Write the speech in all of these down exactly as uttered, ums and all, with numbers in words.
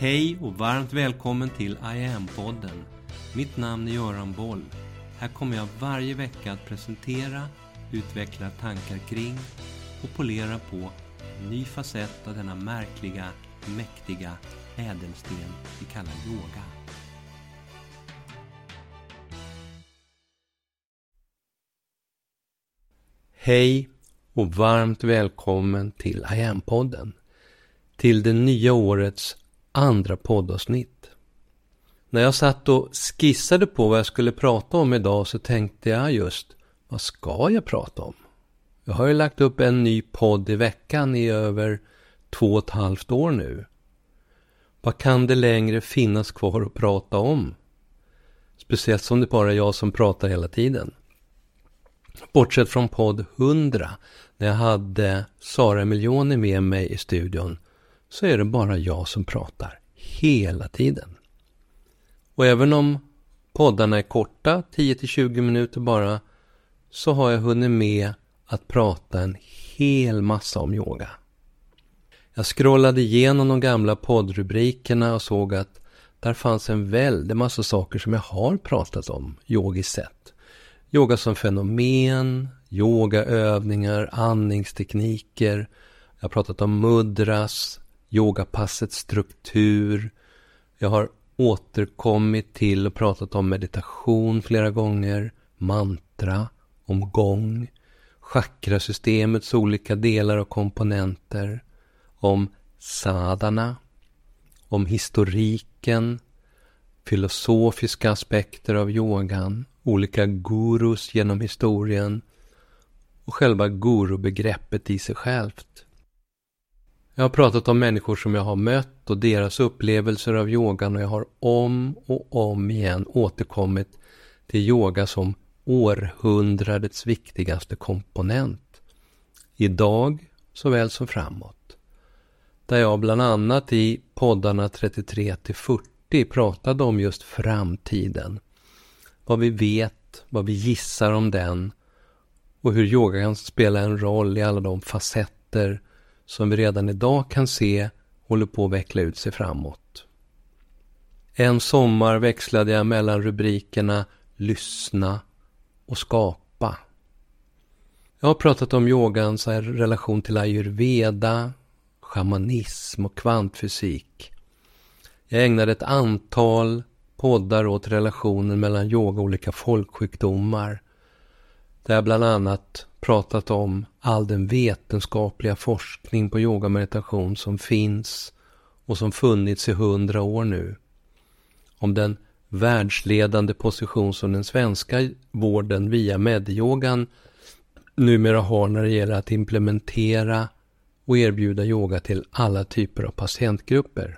Hej och varmt välkommen till I Am-podden. Mitt namn är Göran Boll. Här kommer jag varje vecka att presentera, utveckla tankar kring och polera på en ny facett av denna märkliga, mäktiga ädelsten vi kallar yoga. Hej och varmt välkommen till I Am-podden. Till det nya årets andra poddavsnitt. När jag satt och skissade på vad jag skulle prata om idag så tänkte jag just, vad ska jag prata om? Jag har ju lagt upp en ny podd i veckan i över två och ett halvt år nu. Vad kan det längre finnas kvar att prata om? Speciellt som det bara är jag som pratar hela tiden. Bortsett från podd hundra, när jag hade Sara Milioni med mig i studion, så är det bara jag som pratar hela tiden. Och även om poddarna är korta, tio till tjugo minuter bara, så har jag hunnit med att prata en hel massa om yoga. Jag scrollade igenom de gamla poddrubrikerna och såg att där fanns en väldig massa saker som jag har pratat om, yogiskt sett. Yoga som fenomen, yogaövningar, andningstekniker. Jag har pratat om mudras, yogapassets struktur. Jag har återkommit till och pratat om meditation flera gånger, mantra, om gång, chakrasystemets olika delar och komponenter, om sadhana, om historiken, filosofiska aspekter av yogan, olika gurus genom historien och själva gurubegreppet i sig självt. Jag har pratat om människor som jag har mött och deras upplevelser av yogan, och jag har om och om igen återkommit till yoga som århundradets viktigaste komponent. Idag såväl som framåt. Där jag bland annat i poddarna trettiotre till fyrtio pratade om just framtiden. Vad vi vet, vad vi gissar om den och hur yoga kan spela en roll i alla de facetter som vi redan idag kan se håller på att veckla ut sig framåt. En sommar växlade jag mellan rubrikerna lyssna och skapa. Jag har pratat om yogans relation till ayurveda, shamanism och kvantfysik. Jag ägnade ett antal poddar åt relationen mellan yoga och olika folksjukdomar. Där jag bland annat pratat om all den vetenskapliga forskning på yoga och meditation som finns och som funnits i hundra år nu. Om den världsledande position som den svenska vården via medyogan numera har när det gäller att implementera och erbjuda yoga till alla typer av patientgrupper.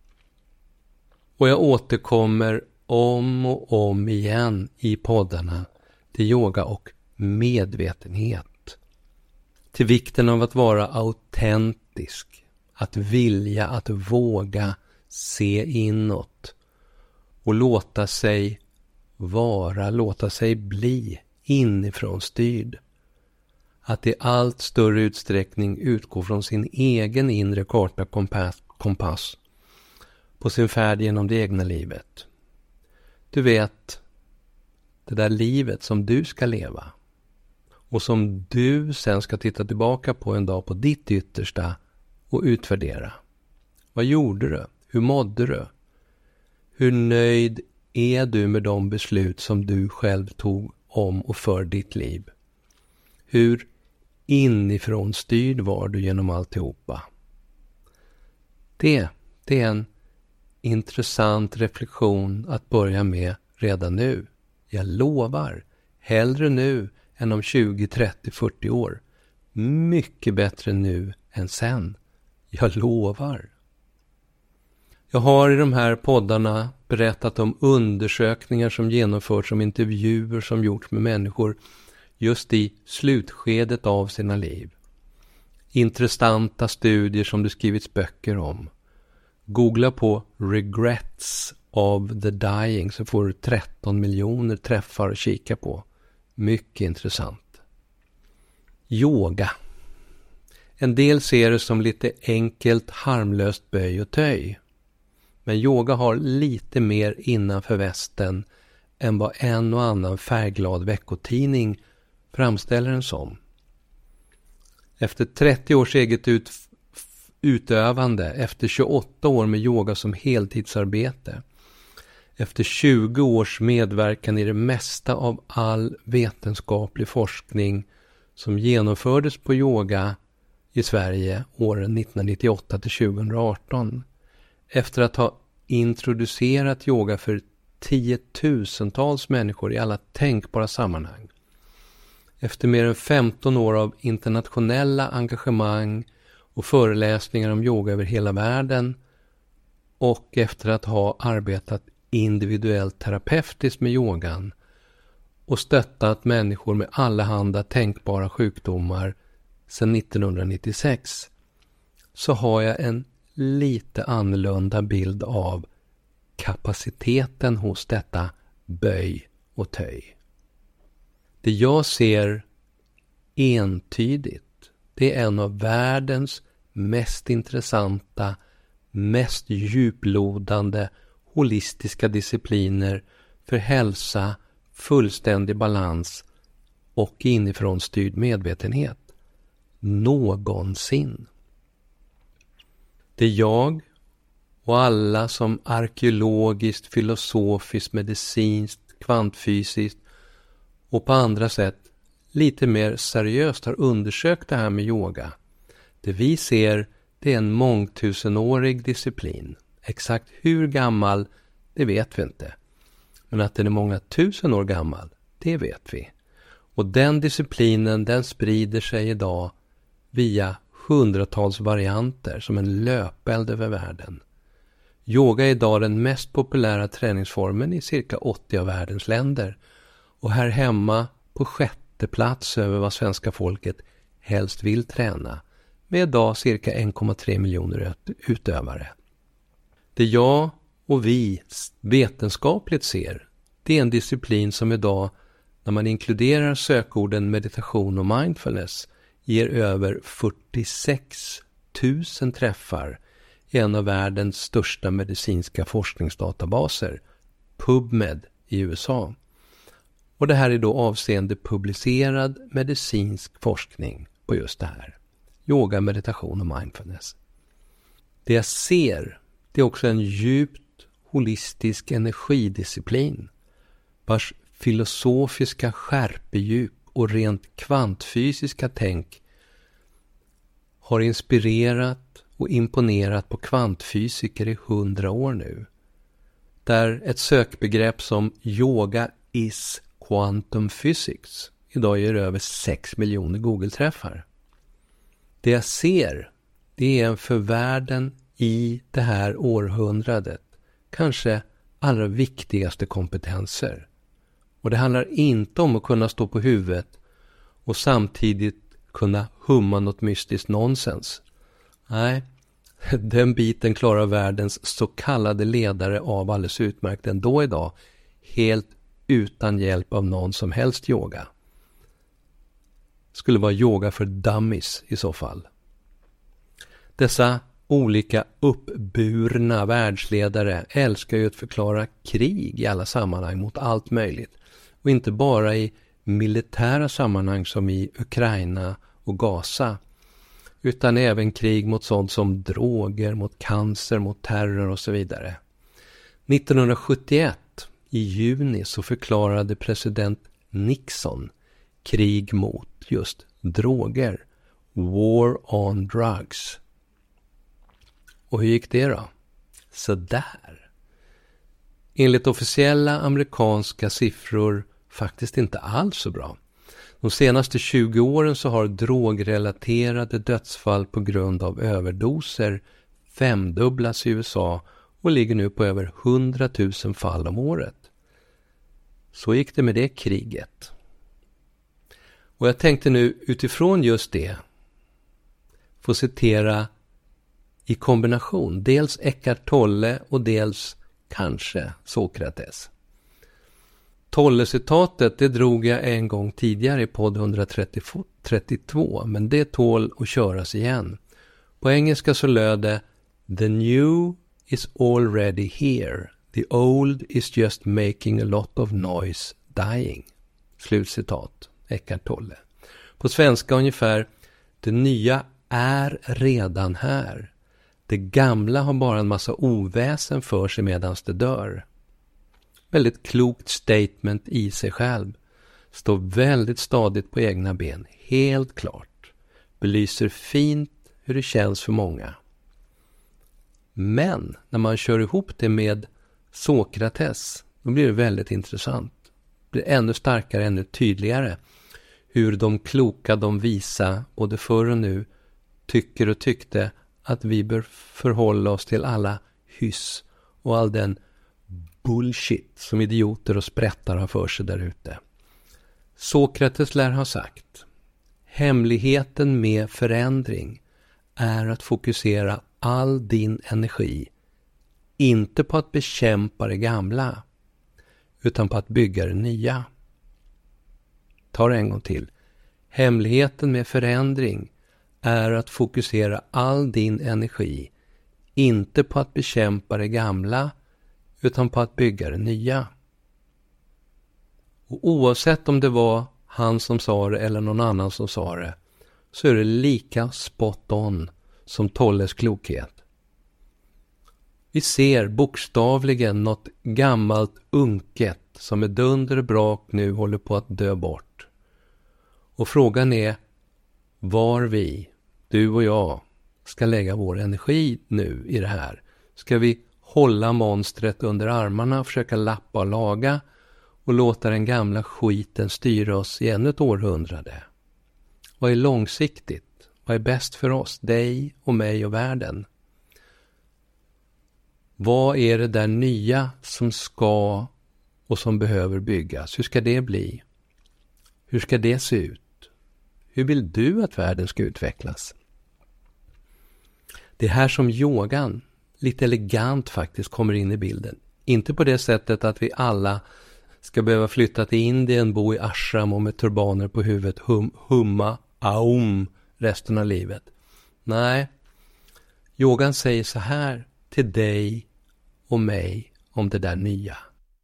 Och jag återkommer om och om igen i poddarna till yoga och medvetenhet. Till vikten av att vara autentisk. Att vilja, att våga se inåt. Och låta sig vara, låta sig bli inifrån styrd. Att i allt större utsträckning utgå från sin egen inre karta kompass, kompass på sin färd genom det egna livet. Du vet, det där livet som du ska leva och som du sen ska titta tillbaka på en dag på ditt yttersta och utvärdera. Vad gjorde du? Hur mådde du? Hur nöjd är du med de beslut som du själv tog om och för ditt liv? Hur inifrån styrd var du genom alltihopa? Det, det är en intressant reflektion att börja med redan nu. Jag lovar, hellre nu än om tjugo, trettio, fyrtio år. Mycket bättre nu än sen. Jag lovar. Jag har i de här poddarna berättat om undersökningar som genomförts, om intervjuer som gjorts med människor just i slutskedet av sina liv. Intressanta studier som det skrivits böcker om. Googla på Regrets of the Dying så får du tretton miljoner träffar att kika på. Mycket intressant. Yoga. En del ser det som lite enkelt harmlöst böj och töj. Men yoga har lite mer innanför västen än vad en och annan färgglad veckotidning framställer den som. Efter trettio års eget ut, utövande, efter tjugoåtta år med yoga som heltidsarbete, efter tjugo års medverkan i det mesta av all vetenskaplig forskning som genomfördes på yoga i Sverige åren nittonhundranittioåtta till tjugohundraarton, efter att ha introducerat yoga för tiotusentals människor i alla tänkbara sammanhang, efter mer än femton år av internationella engagemang och föreläsningar om yoga över hela världen och efter att ha arbetat individuellt terapeutiskt med yogan och stöttat människor med allehanda tänkbara sjukdomar sedan nittonhundranittiosex, så har jag en lite annorlunda bild av kapaciteten hos detta böj och töj. Det jag ser entydigt, det är en av världens mest intressanta, mest djuplodande holistiska discipliner för hälsa, fullständig balans och inifrån styrd medvetenhet någonsin. Det jag och alla som arkeologiskt, filosofiskt, medicinskt, kvantfysiskt och på andra sätt lite mer seriöst har undersökt det här med yoga. Det vi ser, det är en mångtusenårig disciplin. Exakt hur gammal, det vet vi inte. Men att den är många tusen år gammal, det vet vi. Och den disciplinen, den sprider sig idag via hundratals varianter som en löpeld över världen. Yoga är idag den mest populära träningsformen i cirka åttio av världens länder. Och här hemma på sjätte plats över vad svenska folket helst vill träna. Med idag cirka en komma tre miljoner utövare. Det jag och vi vetenskapligt ser, det är en disciplin som idag, när man inkluderar sökorden meditation och mindfulness, ger över fyrtiosex tusen träffar i en av världens största medicinska forskningsdatabaser, PubMed i U S A. Och det här är då avseende publicerad medicinsk forskning på just det här. Yoga, meditation och mindfulness. Det jag ser, det är också en djupt holistisk energidisciplin vars filosofiska skärpedjup och rent kvantfysiska tänk har inspirerat och imponerat på kvantfysiker i hundra år nu. Där ett sökbegrepp som yoga is quantum physics idag ger över sex miljoner Google-träffar. Det jag ser, det är en för världen i det här århundradet kanske allra viktigaste kompetenser. Och det handlar inte om att kunna stå på huvudet och samtidigt kunna humma något mystiskt nonsens. Nej, den biten klarar världens så kallade ledare av alldeles utmärkt ändå idag, helt utan hjälp av någon som helst yoga. Skulle vara yoga för dummies i så fall. Dessa olika uppburna världsledare älskar ju att förklara krig i alla sammanhang mot allt möjligt. Och inte bara i militära sammanhang som i Ukraina och Gaza. Utan även krig mot sånt som droger, mot cancer, mot terror och så vidare. nittonhundrasjuttioett i juni så förklarade president Nixon krig mot just droger. War on drugs. Och hur gick det då? Så där. Enligt officiella amerikanska siffror faktiskt inte alls så bra. De senaste tjugo åren så har drogrelaterade dödsfall på grund av överdoser femdubblats i U S A och ligger nu på över hundratusen fall om året. Så gick det med det kriget. Och jag tänkte nu utifrån just det få citera i kombination dels Eckhart Tolle och dels kanske Sokrates. Tolle-citatet det drog jag en gång tidigare i podd etthundratrettiotvå, men det tål att köras igen. På engelska så löd det: The new is already here. The old is just making a lot of noise dying. Slutcitat, Eckart Tolle. På svenska ungefär, det nya är redan här. Det gamla har bara en massa oväsen för sig medan det dör. Väldigt klokt statement i sig själv. Står väldigt stadigt på egna ben, helt klart. Belyser fint hur det känns för många. Men när man kör ihop det med Sokrates, då blir det väldigt intressant. Det blir ännu starkare, ännu tydligare hur de kloka, de visa, både förr och nu, tycker och tyckte att vi bör förhålla oss till alla hyss och all den bullshit som idioter och sprättar har för sig där ute. Sokrates lär ha sagt: hemligheten med förändring är att fokusera all din energi inte på att bekämpa det gamla utan på att bygga det nya. Ta det en gång till. Hemligheten med förändring är att fokusera all din energi inte på att bekämpa det gamla utan på att bygga det nya. Och oavsett om det var han som sa det eller någon annan som sa det, så är det lika spot on som Tolles klokhet. Vi ser bokstavligen något gammalt unket som med dunder och brak nu håller på att dö bort. Och frågan är var vi, du och jag, ska lägga vår energi nu i det här. Ska vi hålla monstret under armarna och försöka lappa och laga och låta den gamla skiten styra oss i ännu ett århundrade? Vad är långsiktigt? Vad är bäst för oss, dig och mig och världen? Vad är det där nya som ska och som behöver byggas? Hur ska det bli? Hur ska det se ut? Hur vill du att världen ska utvecklas? Det är här som yogan, lite elegant faktiskt, kommer in i bilden. Inte på det sättet att vi alla ska behöva flytta till Indien, bo i ashram och med turbaner på huvudet hum, humma aum resten av livet. Nej, yogan säger så här till dig och mig om det där nya.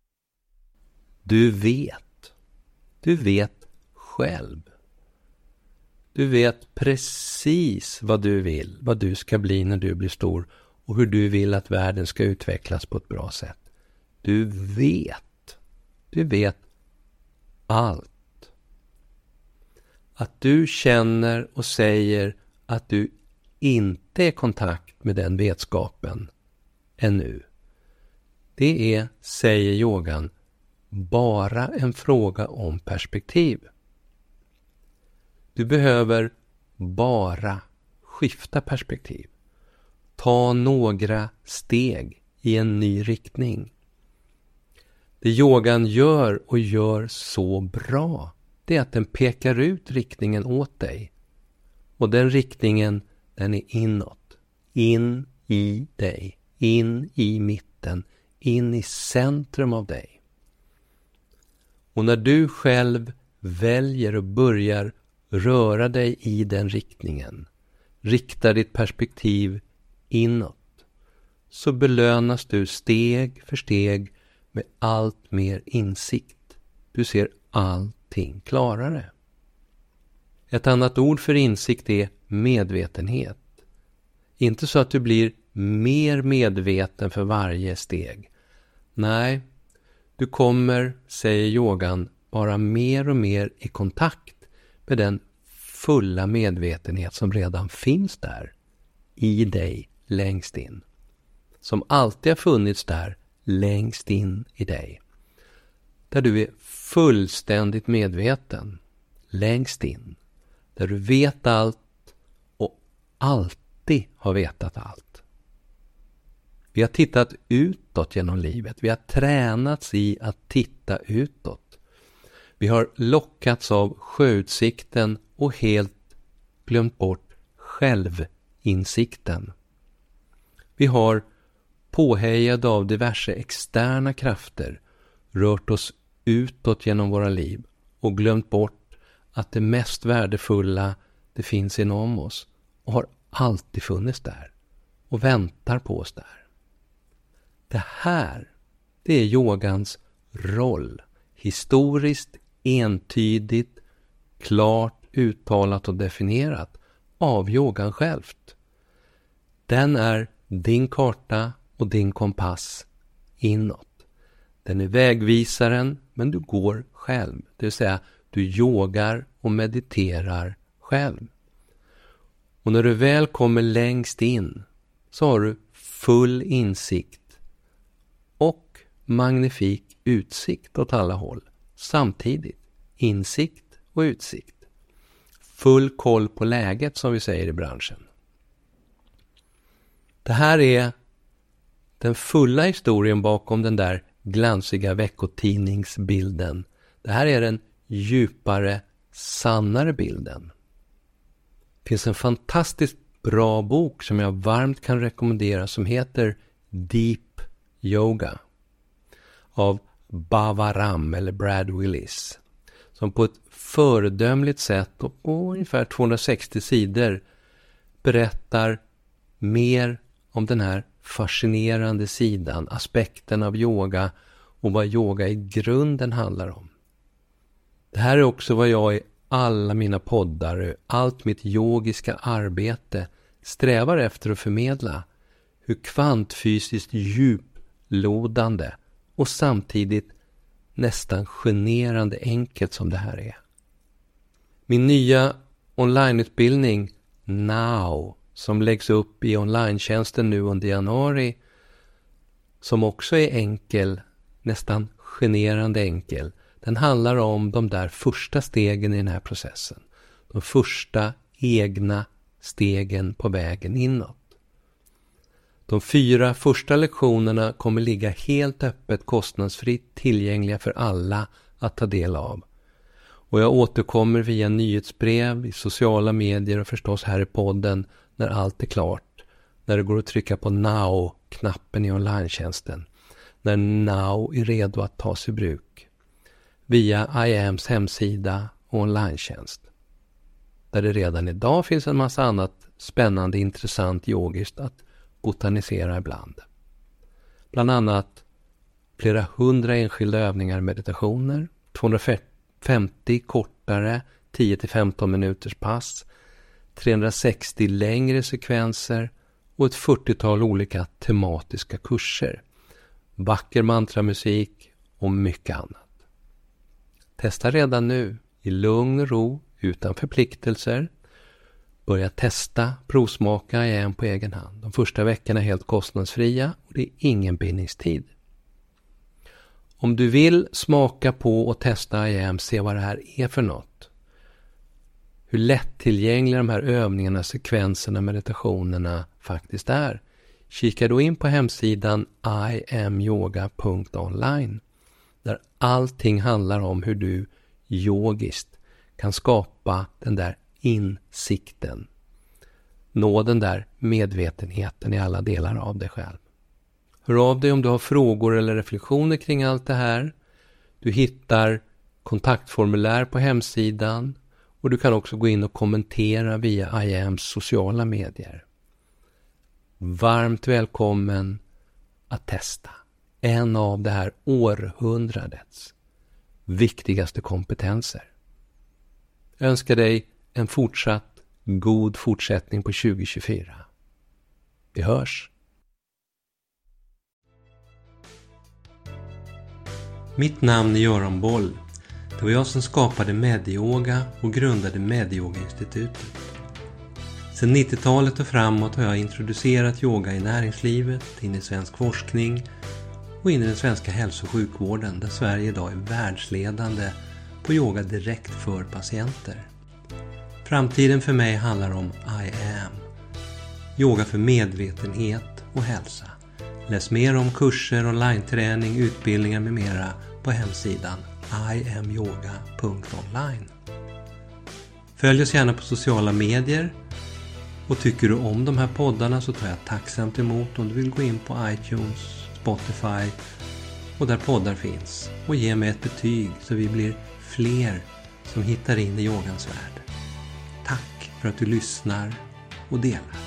Du vet. Du vet själv. Du vet precis vad du vill, vad du ska bli när du blir stor och hur du vill att världen ska utvecklas på ett bra sätt. Du vet. Du vet allt. Att du känner och säger att du inte är i kontakt med den vetskapen ännu. Det är, säger yogan, bara en fråga om perspektiv. Du behöver bara skifta perspektiv. Ta några steg i en ny riktning. Det yogan gör och gör så bra, det är att den pekar ut riktningen åt dig. Och den riktningen, den är inåt. In i dig. In i mitten. In i centrum av dig. Och när du själv väljer och börjar röra dig i den riktningen, riktar ditt perspektiv inåt, så belönas du steg för steg med allt mer insikt. Du ser allting klarare. Ett annat ord för insikt är medvetenhet. Inte så att du blir mer medveten för varje steg. Nej, du kommer, säger yogan, bara mer och mer i kontakt med den fulla medvetenhet som redan finns där i dig längst in. Som alltid har funnits där längst in i dig. Där du är fullständigt medveten längst in. Där du vet allt och alltid har vetat allt. Vi har tittat utåt genom livet. Vi har tränats i att titta utåt. Vi har lockats av sjöutsikten och helt glömt bort självinsikten. Vi har, påhejade av diverse externa krafter, rört oss utåt genom våra liv och glömt bort att det mest värdefulla det finns inom oss och har alltid funnits där och väntar på oss där. Det här, det är yogans roll. Historiskt, entydigt, klart, uttalat och definierat av yogan självt. Den är din karta och din kompass inåt. Den är vägvisaren, men du går själv. Det vill säga, du yogar och mediterar själv. Och när du väl kommer längst in så har du full insikt och magnifik utsikt åt alla håll. Samtidigt, insikt och utsikt. Full koll på läget, som vi säger i branschen. Det här är den fulla historien bakom den där glansiga veckotidningsbilden. Det här är den djupare, sannare bilden. Det finns en fantastiskt bra bok som jag varmt kan rekommendera som heter Deep Yoga av Bavaram eller Brad Willis, som på ett föredömligt sätt och på ungefär tvåhundrasextio sidor berättar mer om den här fascinerande sidan, aspekten av yoga och vad yoga i grunden handlar om. Det här är också vad jag i alla mina poddar, allt mitt yogiska arbete strävar efter att förmedla, hur kvantfysiskt djuplodande och samtidigt nästan generande enkelt som det här är. Min nya onlineutbildning Now, som läggs upp i online-tjänsten nu under januari, som också är enkel, nästan generande enkel. Den handlar om de där första stegen i den här processen. De första egna stegen på vägen inåt. De fyra första lektionerna kommer ligga helt öppet, kostnadsfritt, tillgängliga för alla att ta del av. Och jag återkommer via nyhetsbrev, i sociala medier och förstås här i podden när allt är klart. När det går att trycka på Now-knappen i online-tjänsten. När Now är redo att tas i bruk. Via I Ams hemsida och online-tjänst. Där det redan idag finns en massa annat spännande, intressant yogiskt att botanisera ibland. Bland annat flera hundra enskilda övningar, meditationer, tvåhundrafemtio kortare tio till femton minuters pass, trehundrasextio längre sekvenser och ett fyrtiotal olika tematiska kurser, vacker mantramusik och mycket annat. Testa redan nu i lugn och ro, utan förpliktelser. Börja testa, provsmaka igen på egen hand. De första veckorna är helt kostnadsfria och det är ingen bindningstid. Om du vill smaka på och testa I Am, se vad det här är för något. Hur lättillgängliga de här övningarna, sekvenserna, meditationerna faktiskt är. Kika då in på hemsidan i am yoga punkt online. Där allting handlar om hur du yogiskt kan skapa den där insikten. Nå den där medvetenheten i alla delar av dig själv. Hör av dig om du har frågor eller reflektioner kring allt det här. Du hittar kontaktformulär på hemsidan och du kan också gå in och kommentera via I Ams sociala medier. Varmt välkommen att testa en av det här århundradets viktigaste kompetenser. Jag önskar dig en fortsatt god fortsättning på tjugo tjugofyra. Vi hörs! Mitt namn är Göran Boll. Det var jag som skapade Medyoga och grundade Medyoga-institutet. Sedan nittiotalet och framåt har jag introducerat yoga i näringslivet, in i svensk forskning och in i den svenska hälso- och sjukvården, där Sverige idag är världsledande på yoga direkt för patienter. Framtiden för mig handlar om I Am. Yoga för medvetenhet och hälsa. Läs mer om kurser, online-träning, utbildningar med mera på hemsidan i am yoga punkt online. Följ oss gärna på sociala medier. Och tycker du om de här poddarna så tar jag tacksamt emot om du vill gå in på iTunes, Spotify och där poddar finns. Och ge mig ett betyg så vi blir fler som hittar in i yogans värld. Tack för att du lyssnar och delar.